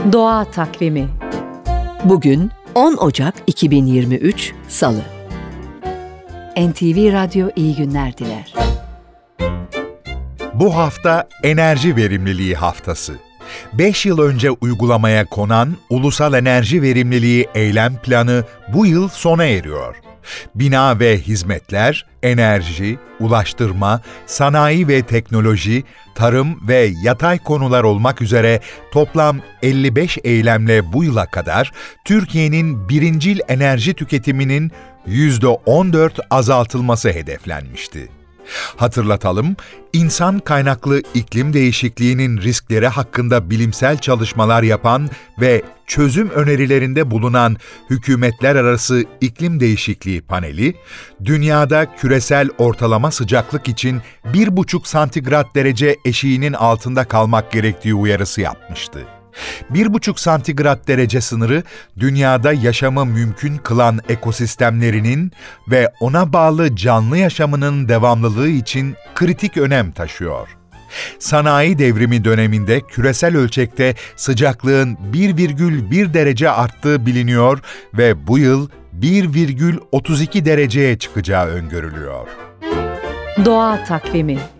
Doğa Takvimi. Bugün 10 Ocak 2023 Salı. NTV Radyo iyi günler diler. Bu hafta Enerji Verimliliği Haftası. 5 yıl önce uygulamaya konan Ulusal Enerji Verimliliği Eylem Planı bu yıl sona eriyor. Bina ve hizmetler, enerji, ulaştırma, sanayi ve teknoloji, tarım ve yatay konular olmak üzere toplam 55 eylemle bu yıla kadar Türkiye'nin birincil enerji tüketiminin %14 azaltılması hedeflenmişti. Hatırlatalım, insan kaynaklı iklim değişikliğinin riskleri hakkında bilimsel çalışmalar yapan ve çözüm önerilerinde bulunan Hükümetler Arası İklim Değişikliği Paneli, dünyada küresel ortalama sıcaklık için 1,5 santigrat derece eşiğinin altında kalmak gerektiği uyarısı yapmıştı. 1,5 santigrat derece sınırı, dünyada yaşamı mümkün kılan ekosistemlerinin ve ona bağlı canlı yaşamının devamlılığı için kritik önem taşıyor. Sanayi devrimi döneminde küresel ölçekte sıcaklığın 1,1 derece arttığı biliniyor ve bu yıl 1,32 dereceye çıkacağı öngörülüyor. Doğa Takvimi.